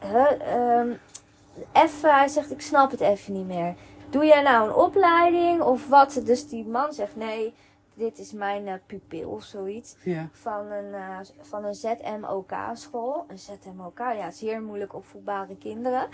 hij zegt, ik snap het even niet meer. Doe jij nou een opleiding of wat? Dus die man zegt, nee, dit is mijn pupil of zoiets. Ja. Van een ZMOK school. Een ZMOK, ja, zeer moeilijk opvoedbare kinderen.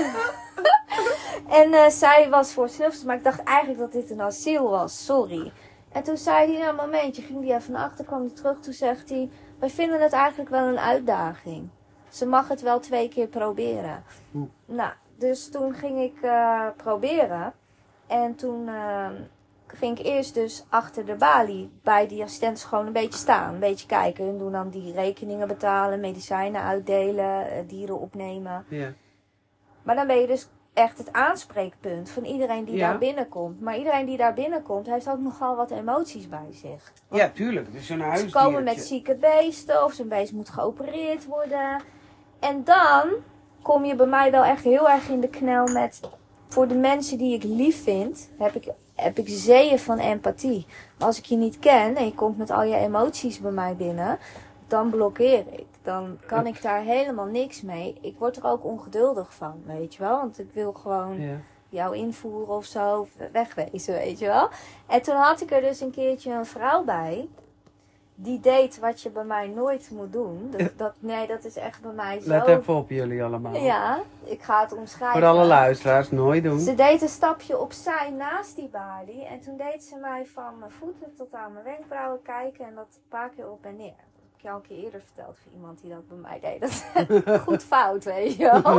En zij was voor snufjes, maar ik dacht eigenlijk dat dit een asiel was, sorry. En toen zei hij, nou een momentje, ging hij even naar achter, kwam hij terug. Toen zegt hij, wij vinden het eigenlijk wel een uitdaging. Ze mag het wel 2 keer proberen. Nou, dus toen ging ik proberen. En toen ging ik eerst dus achter de balie bij die assistenten gewoon een beetje staan. Een beetje kijken. Hun doen dan die rekeningen betalen, medicijnen uitdelen, dieren opnemen. Ja. Maar dan ben je dus echt het aanspreekpunt van iedereen die Ja. daar binnenkomt. Maar iedereen die daar binnenkomt, heeft ook nogal wat emoties bij zich. Ja, tuurlijk. Het is een Ze huisdiertje. komen met zieke beesten of zo'n beest moet geopereerd worden. En dan kom je bij mij wel echt heel erg in de knel met, voor de mensen die ik lief vind, heb ik zeeën van empathie. Maar als ik je niet ken en je komt met al je emoties bij mij binnen, dan blokkeer ik. Dan kan ik daar helemaal niks mee. Ik word er ook ongeduldig van, weet je wel. Want ik wil gewoon Ja. jou invoeren of zo, of wegwezen, weet je wel. En toen had ik er dus een keertje een vrouw bij. Die deed wat je bij mij nooit moet doen. Dat is echt bij mij zo. Let even op jullie allemaal. Ja, ik ga het omschrijven. Voor alle luisteraars, nooit doen. Ze deed een stapje opzij naast die balie. En toen deed ze mij van mijn voeten tot aan mijn wenkbrauwen kijken. En dat een paar keer op en neer. Dat heb ik jou een keer eerder verteld voor iemand die dat bij mij deed. Dat is goed fout, weet je wel.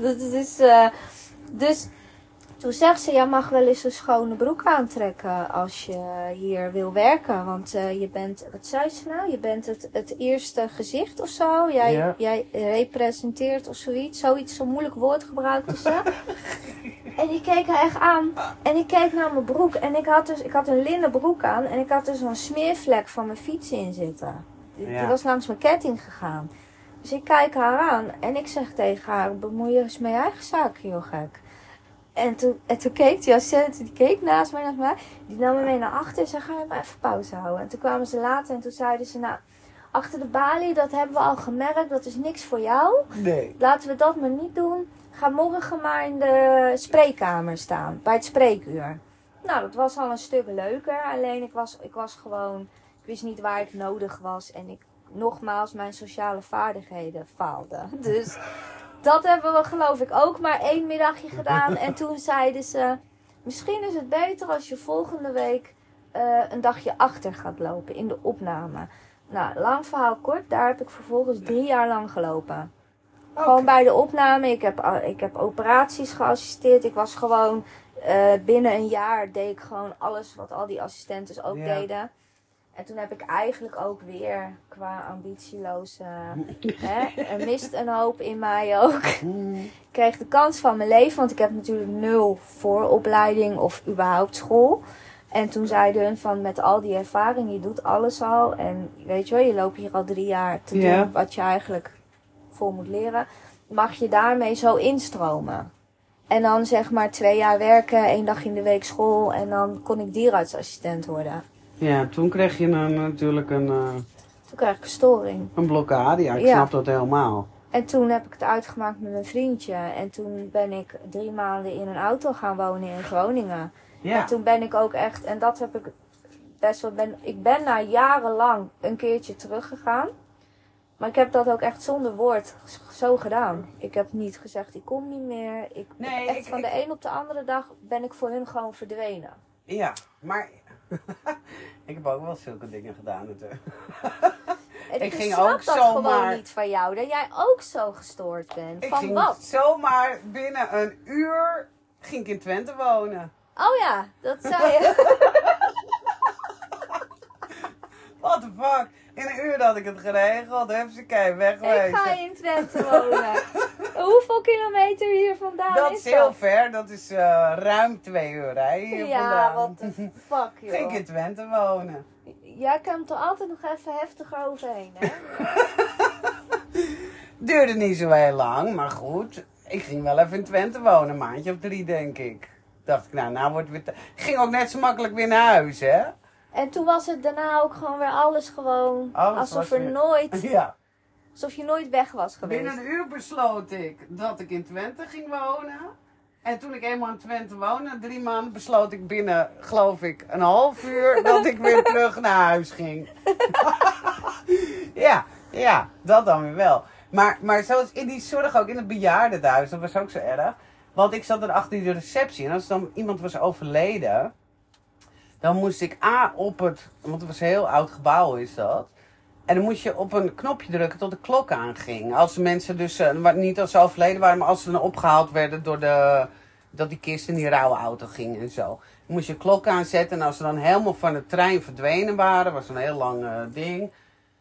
Dus toen zegt ze, jij mag wel eens een schone broek aantrekken als je hier wil werken. Want je bent, wat zei ze nou? Je bent het eerste gezicht of zo. Jij representeert of zoiets. Zo'n moeilijk woord gebruikte ze. En ik keek haar echt aan. En ik keek naar mijn broek. En ik had een linnen broek aan. En ik had dus zo'n smeervlek van mijn fiets in zitten. Die was langs mijn ketting gegaan. Dus ik kijk haar aan. En ik zeg tegen haar, bemoei je eens met je eigen zaken, joh gek. En toen keek die assistent, die keek naast mij. Die nam me mee naar achter en zei, ga je maar even pauze houden. En toen kwamen ze later en toen zeiden ze, nou, achter de balie, dat hebben we al gemerkt, dat is niks voor jou. Nee. Laten we dat maar niet doen. Ga morgen maar in de spreekkamer staan, bij het spreekuur. Nou, dat was al een stuk leuker. Alleen ik was gewoon, ik wist niet waar ik nodig was. En nogmaals, mijn sociale vaardigheden faalden. Dus dat hebben we geloof ik ook maar 1 middagje gedaan. En toen zeiden ze, misschien is het beter als je volgende week een dagje achter gaat lopen in de opname. Nou, lang verhaal kort, daar heb ik vervolgens 3 jaar lang gelopen. Okay. Gewoon bij de opname, ik heb operaties geassisteerd. Ik was gewoon, binnen een jaar deed ik gewoon alles wat al die assistenten ook deden. En toen heb ik eigenlijk ook weer qua ambitieloze, er mist een hoop in mij ook. Ik kreeg de kans van mijn leven, want ik heb natuurlijk 0 vooropleiding of überhaupt school. En toen zeiden hun van met al die ervaring, je doet alles al. En weet je wel, je loopt hier al 3 jaar te doen wat je eigenlijk voor moet leren. Mag je daarmee zo instromen. En dan zeg maar 2 jaar werken, 1 dag in de week school. En dan kon ik dierenartsassistent worden. Ja, toen kreeg je natuurlijk Toen kreeg ik een storing. een blokkade. Ja, ik snap dat helemaal. En toen heb ik het uitgemaakt met mijn vriendje. En toen ben ik 3 maanden in een auto gaan wonen in Groningen. Ja. En toen ben ik ook echt, en dat heb ik best wel, ik ben na jarenlang een keertje teruggegaan. Maar ik heb dat ook echt zonder woord zo gedaan. Ik heb niet gezegd, ik kom niet meer. Van de een op de andere dag ben ik voor hun gewoon verdwenen. Ja, maar ik heb ook wel zulke dingen gedaan natuurlijk. En Ik ging snap ook dat zomaar- gewoon niet van jou. Dat jij ook zo gestoord bent. Ik Van ging wat? zomaar binnen een uur ging ik in Twente wonen. Oh ja, dat zei je. What the fuck? In een uur had ik het geregeld. Hupsakee, Ik wegwezen. ga in Twente wonen. Hoeveel kilometer hier vandaan Dat is is heel dat? ver. Dat is ruim 2 uur rijden hier Ja, vandaan. wat de fuck, joh. Ging ik in Twente wonen. Jij komt er altijd nog even heftiger overheen, hè? Duurde niet zo heel lang, maar goed. Ik ging wel even in Twente wonen. Een maandje of 3, denk ik. Dacht ik, nou wordt het weer... Ik ging ook net zo makkelijk weer naar huis, hè? En toen was het daarna ook gewoon weer alles gewoon... Alles alsof was er weer- nooit... Ja. Alsof je nooit weg was geweest. Binnen een uur besloot ik dat ik in Twente ging wonen. En toen ik eenmaal in Twente woonde, 3 maanden, besloot ik binnen, geloof ik, een half uur dat ik weer terug naar huis ging. ja, dat dan weer wel. Maar zoals in die zorg ook, in het bejaardenhuis, dat was ook zo erg. Want ik zat er achter de receptie en als dan iemand was overleden, dan moest ik op het, want het was een heel oud gebouw is dat. En dan moest je op een knopje drukken tot de klok aanging. Als de mensen dus, niet als ze overleden waren, maar als ze dan opgehaald werden door dat die kist in die rouwauto ging en zo. Dan moest je klok aanzetten en als ze dan helemaal van de trein verdwenen waren, was een heel lang ding.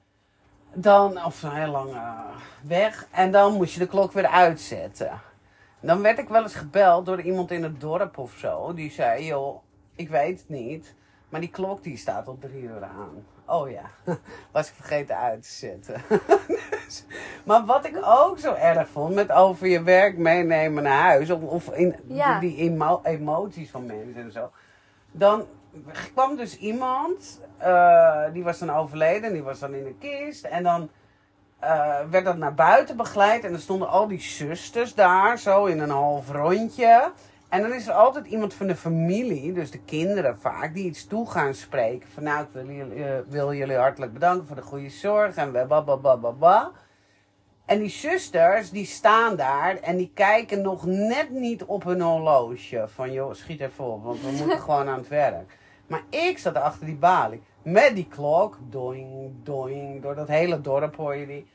Of zo'n heel lang weg. En dan moest je de klok weer uitzetten. Dan werd ik wel eens gebeld door iemand in het dorp of zo. Die zei, joh, ik weet het niet, maar die klok die staat op 3 uur aan. Oh ja, was ik vergeten uit te zetten. Maar wat ik ook zo erg vond, met over je werk meenemen naar huis, of in Ja. die emoties van mensen en zo. Dan kwam dus iemand, die was dan overleden, die was dan in een kist. En dan werd dat naar buiten begeleid en er stonden al die zusters daar, zo in een half rondje. En dan is er altijd iemand van de familie, dus de kinderen vaak, die iets toe gaan spreken. Van nou, ik wil jullie hartelijk bedanken voor de goede zorg en bababababa. En die zusters, die staan daar en die kijken nog net niet op hun horloge. Van joh, schiet even op, want we moeten gewoon aan het werk. Maar ik zat achter die balie met die klok, doing, doing, door dat hele dorp hoor je die.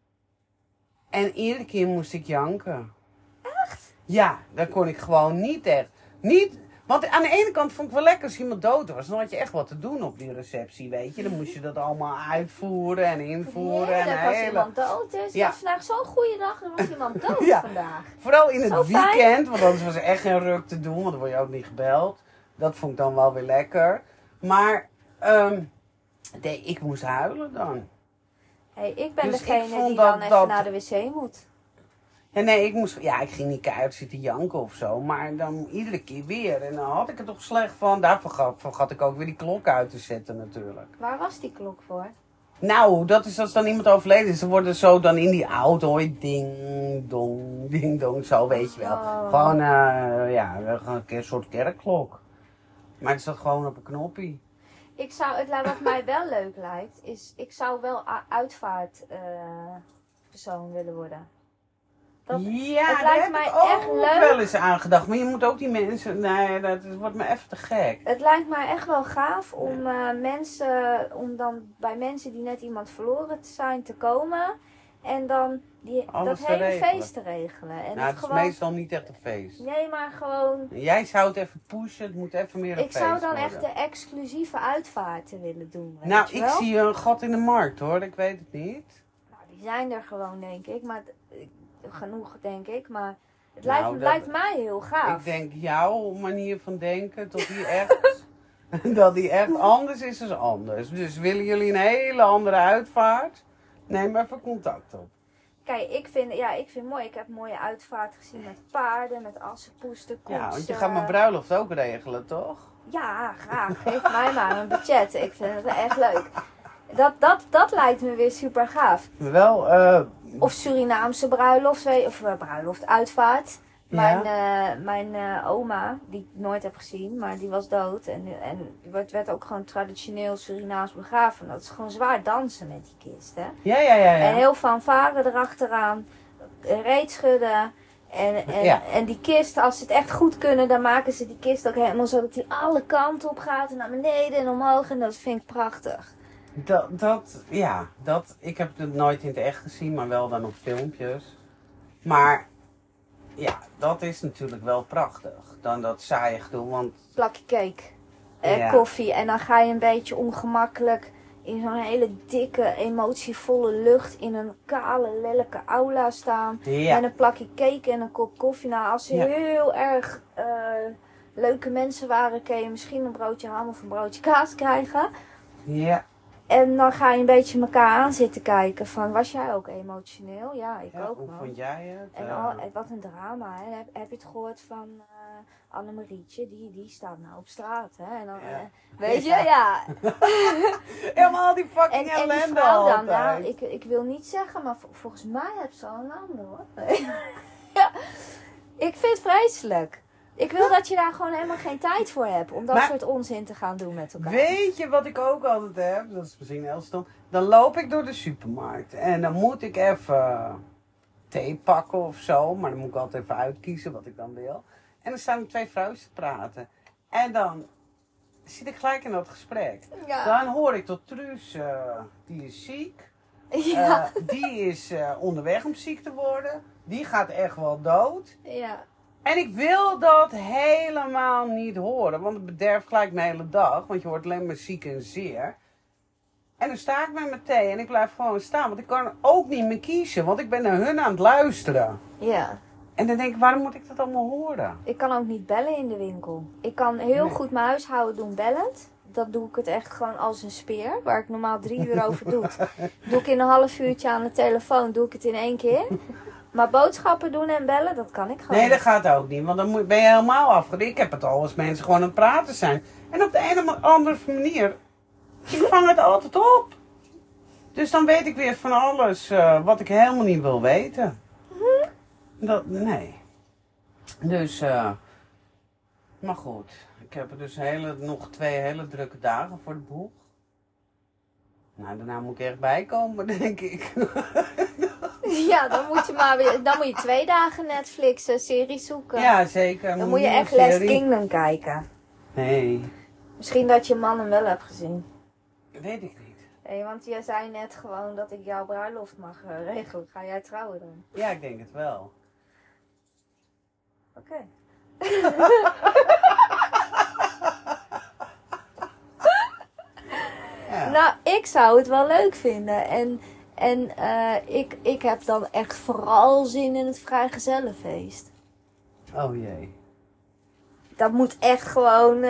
En iedere keer moest ik janken. Ja, dat kon ik gewoon niet echt. Want aan de ene kant vond ik wel lekker als iemand dood was. Dan had je echt wat te doen op die receptie, weet je. Dan moest je dat allemaal uitvoeren en invoeren. Heerlijk, en als iemand dood is. Ja. Het was vandaag zo'n goede dag, er was iemand dood Ja. vandaag. Vooral in het Zo fijn. weekend, want anders was er echt geen ruk te doen. Want dan word je ook niet gebeld. Dat vond ik dan wel weer lekker. Maar nee, ik moest huilen dan. Hey, ik ben Dus ik degene vond die dat- dan even dat- naar de wc moet. Ja, nee, ik ging niet keihard zitten janken of zo. Maar dan iedere keer weer. En dan had ik het toch slecht van. Daarvoor vergat ik ook weer die klok uit te zetten natuurlijk. Waar was die klok voor? Nou, dat is als dan iemand overleden is. Dan worden zo dan in die auto, hoor je ding dong, zo weet je wel. Oh. Gewoon, een soort kerkklok. Maar het zat gewoon op een knoppie. Wat mij wel leuk lijkt, is ik zou wel uitvaartpersoon willen worden. Dat, Ja, het daar lijkt heb mij ik ook echt leuk. wel eens aan gedacht. Maar je moet ook die mensen, nee, dat wordt me even te gek. Het lijkt mij echt wel gaaf om om dan bij mensen die net iemand verloren zijn te komen. En dan Alles dat te hele regelen. feest te regelen. En Nou, het is meestal niet echt een feest. Nee, maar gewoon... Jij zou het even pushen, het moet even meer een Ik feest zou dan worden. echt de exclusieve uitvaarten willen doen. Weet Nou, je ik wel? zie een gat in de markt hoor, ik weet het niet. Nou, die zijn er gewoon, denk ik. Maar genoeg, denk ik. Maar het Nou, lijkt mij heel gaaf. Ik denk jouw manier van denken dat die echt, dat die echt anders is dan anders. Dus willen jullie een hele andere uitvaart? Neem even contact op. Kijk, ik vind het mooi. Ik heb mooie uitvaart gezien met paarden, met assenpoester, koetsen. Ja, want je gaat mijn bruiloft ook regelen, toch? Ja, graag. Geef mij maar een budget. Ik vind het echt leuk. Dat lijkt me weer super gaaf. Wel, Of Surinaamse bruiloft, bruiloft, uitvaart. Mijn oma, die ik nooit heb gezien, maar die was dood. En werd ook gewoon traditioneel Surinaams begraven. Dat is gewoon zwaar dansen met die kist, hè. Ja. En heel fanfare erachteraan. Reet schudden. En die kist, als ze het echt goed kunnen, dan maken ze die kist ook helemaal zo dat hij alle kanten op gaat. En naar beneden en omhoog. En dat vind ik prachtig. Ik heb het nooit in het echt gezien, maar wel dan op filmpjes. Maar ja, dat is natuurlijk wel prachtig. Dan dat saaie gedoe, want... Plakje cake, koffie. En dan ga je een beetje ongemakkelijk in zo'n hele dikke, emotievolle lucht in een kale, lelijke aula staan. Ja. Met een plakje cake en een kop koffie. Nou, als ze heel erg leuke mensen waren, kun je misschien een broodje ham of een broodje kaas krijgen. Ja. En dan ga je een beetje elkaar aan zitten kijken van, was jij ook emotioneel? Ja, ik ook, Hoe man. vond jij het? En wat een drama, hè. Heb je het gehoord van Annemarietje? Die staat nou op straat, hè. En dan, weet je, ja. Helemaal die fucking En die ellende vrouw dan, altijd. nou, ik wil niet zeggen, maar volgens mij heb ze al een ander, hoor. Ja, ik vind het vreselijk. Ik wil dat je daar gewoon helemaal geen tijd voor hebt om dat soort onzin te gaan doen met elkaar. Weet je wat ik ook altijd heb? Dat is misschien heel stom. Dan loop ik door de supermarkt en dan moet ik even thee pakken of zo. Maar dan moet ik altijd even uitkiezen wat ik dan wil. En dan staan er 2 vrouwen te praten. En dan zit ik gelijk in dat gesprek. Ja. Dan hoor ik tot Truus, die is ziek. Ja. Die is onderweg om ziek te worden. Die gaat echt wel dood. Ja. En ik wil dat helemaal niet horen, want het bederft gelijk mijn hele dag. Want je wordt alleen maar ziek en zeer. En dan sta ik met mijn thee en ik blijf gewoon staan, want ik kan ook niet meer kiezen. Want ik ben naar hun aan het luisteren. Ja. En dan denk ik, waarom moet ik dat allemaal horen? Ik kan ook niet bellen in de winkel. Ik kan heel goed mijn huishouden doen bellend. Dat doe ik het echt gewoon als een speer. Waar ik normaal 3 uur over doe. Doe ik in een half uurtje aan de telefoon. Doe ik het in 1 keer. Maar boodschappen doen en bellen, dat kan ik gewoon Nee, dat gaat ook niet, want dan ben je helemaal afgeleid. Ik heb het al als mensen gewoon aan het praten zijn. En op de een of andere manier, ik vang het altijd op. Dus dan weet ik weer van alles wat ik helemaal niet wil weten. Nee. Dus, maar goed. Ik heb er dus nog 2 hele drukke dagen voor de boeg. Nou, daarna moet ik echt bijkomen, denk ik. Ja, dan moet je 2 dagen Netflix series zoeken. Ja, zeker. Dan moet je echt Last Kingdom kijken. Nee. Misschien dat je man hem wel hebt gezien. Weet ik niet. Nee, want jij zei net gewoon dat ik jouw bruiloft mag regelen. Ga jij trouwen dan? Ja, ik denk het wel. Oké. Ja. Nou, ik zou het wel leuk vinden. En ik heb dan echt vooral zin in het vrijgezellenfeest. Oh jee. Dat moet echt gewoon...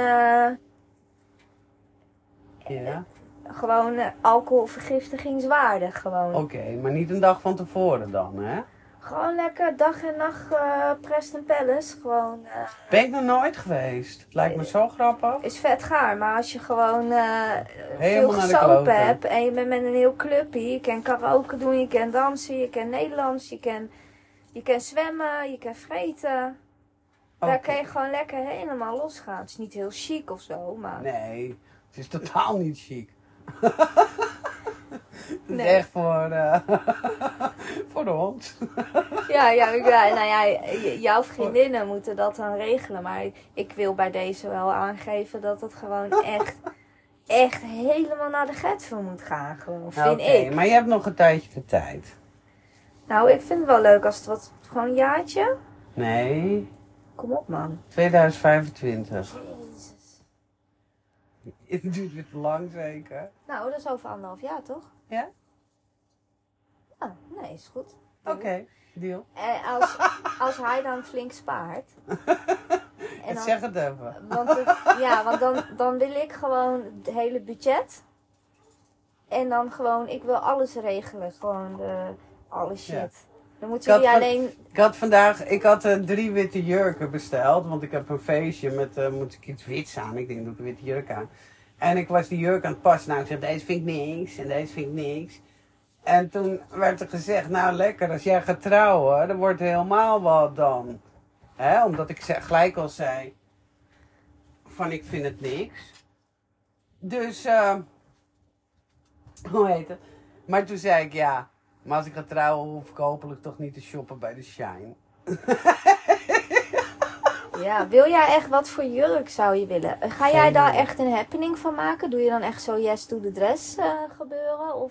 Ja? Gewoon alcoholvergiftigingswaardig gewoon. Oké, maar niet een dag van tevoren dan, hè? Gewoon lekker dag en nacht Preston Palace. Gewoon... Ben ik nog nooit geweest. Het lijkt me zo grappig. is vet gaar, maar als je gewoon veel Helemaal naar de gesopen kloten. hebt en je bent met een heel clubje, je kan karaoke doen, je kan dansen, je kan Nederlands, je kan zwemmen, je kan vreten. Daar Oké. kan je gewoon lekker helemaal losgaan. Het is niet heel chic of zo, maar... Nee, het is totaal niet chic. Het is Nee. echt voor, voor de hond. Ja, nou ja, jouw vriendinnen moeten dat dan regelen. Maar ik wil bij deze wel aangeven dat het gewoon echt helemaal naar de getver moet gaan. Gewoon, vind ik. Maar je hebt nog een tijdje de tijd. Nou, ik vind het wel leuk als het gewoon een jaartje. Nee, Kom op, man. 2025. Jezus. Het duurt weer te lang zeker. Nou, dat is over 1,5 jaar, toch? Ja? Ja, nee, is goed. Oké, deal. En als hij dan flink spaart. En dan, Zeg het even. want dan wil ik gewoon het hele budget. En dan gewoon, ik wil alles regelen. Gewoon alle shit. Ja. Dan moeten jullie alleen... Ik had 3 witte jurken besteld, want ik heb een feestje met, moet ik iets wits aan. Ik denk, doe ik een witte jurk aan. En ik was die jurk aan het passen. Nou, ik zeg, deze vind ik niks en deze vind ik niks. En toen werd er gezegd, nou lekker, als jij gaat trouwen, dan wordt het helemaal wat dan. Hè? Omdat ik gelijk al zei, van ik vind het niks. Dus, hoe heet het? Maar toen zei ik, ja, maar als ik ga trouwen, hoef ik hopelijk toch niet te shoppen bij de Shine. Ja, wil jij echt, wat voor jurk zou je willen? Ga jij Geen daar idee. echt een happening van maken? Doe je dan echt zo yes to the dress gebeuren? Of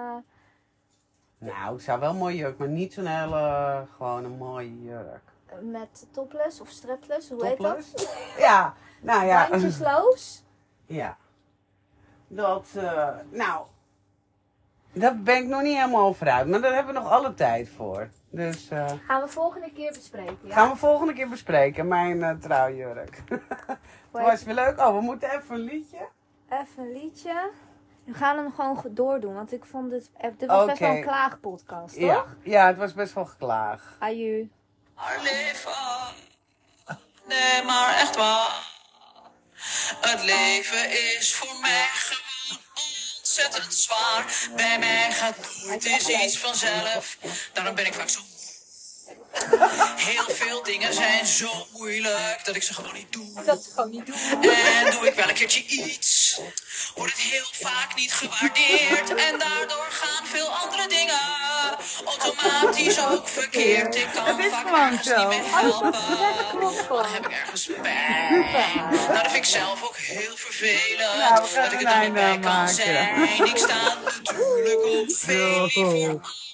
Nou, ik zou wel een mooie jurk, maar niet zo'n hele, gewoon een mooie jurk. met topless of strapless? Hoe heet Topless? dat? Ja, nou ja. Bandjesloos? Ja. Dat, nou, daar ben ik nog niet helemaal over uit, maar daar hebben we nog alle tijd voor. Dus Gaan we volgende keer bespreken, ja? gaan we volgende keer bespreken, mijn trouwjurk. Hoe Was heet- weer leuk? Oh, we moeten even een liedje. Even een liedje. We gaan hem gewoon doordoen, want ik vond dit was best wel een Oké. klaagpodcast, toch? Ja, ja, het was best wel geklaag. Aju. Haar leven. Nee, maar echt waar. Het leven is voor mij gewoon ontzettend zwaar. Bij mij gaat nooit eens iets vanzelf. Daarom ben ik vaak zo. Heel veel dingen zijn zo moeilijk dat ik ze gewoon niet doe. Dat is gewoon niet doen. En doe ik wel een keertje iets, wordt het heel vaak niet gewaardeerd. En daardoor gaan veel andere dingen automatisch ook verkeerd. Ik kan Het is vaak gewoon ergens zo. niet meer Alles wat helpen. gezegd klopt gewoon. Dan heb ik ergens pijn. Nou, dat vind ik zelf ook heel vervelend. Nou, we gaan dat ik een er dan niet bij einde kan maken. zijn. Ik sta natuurlijk op veel voor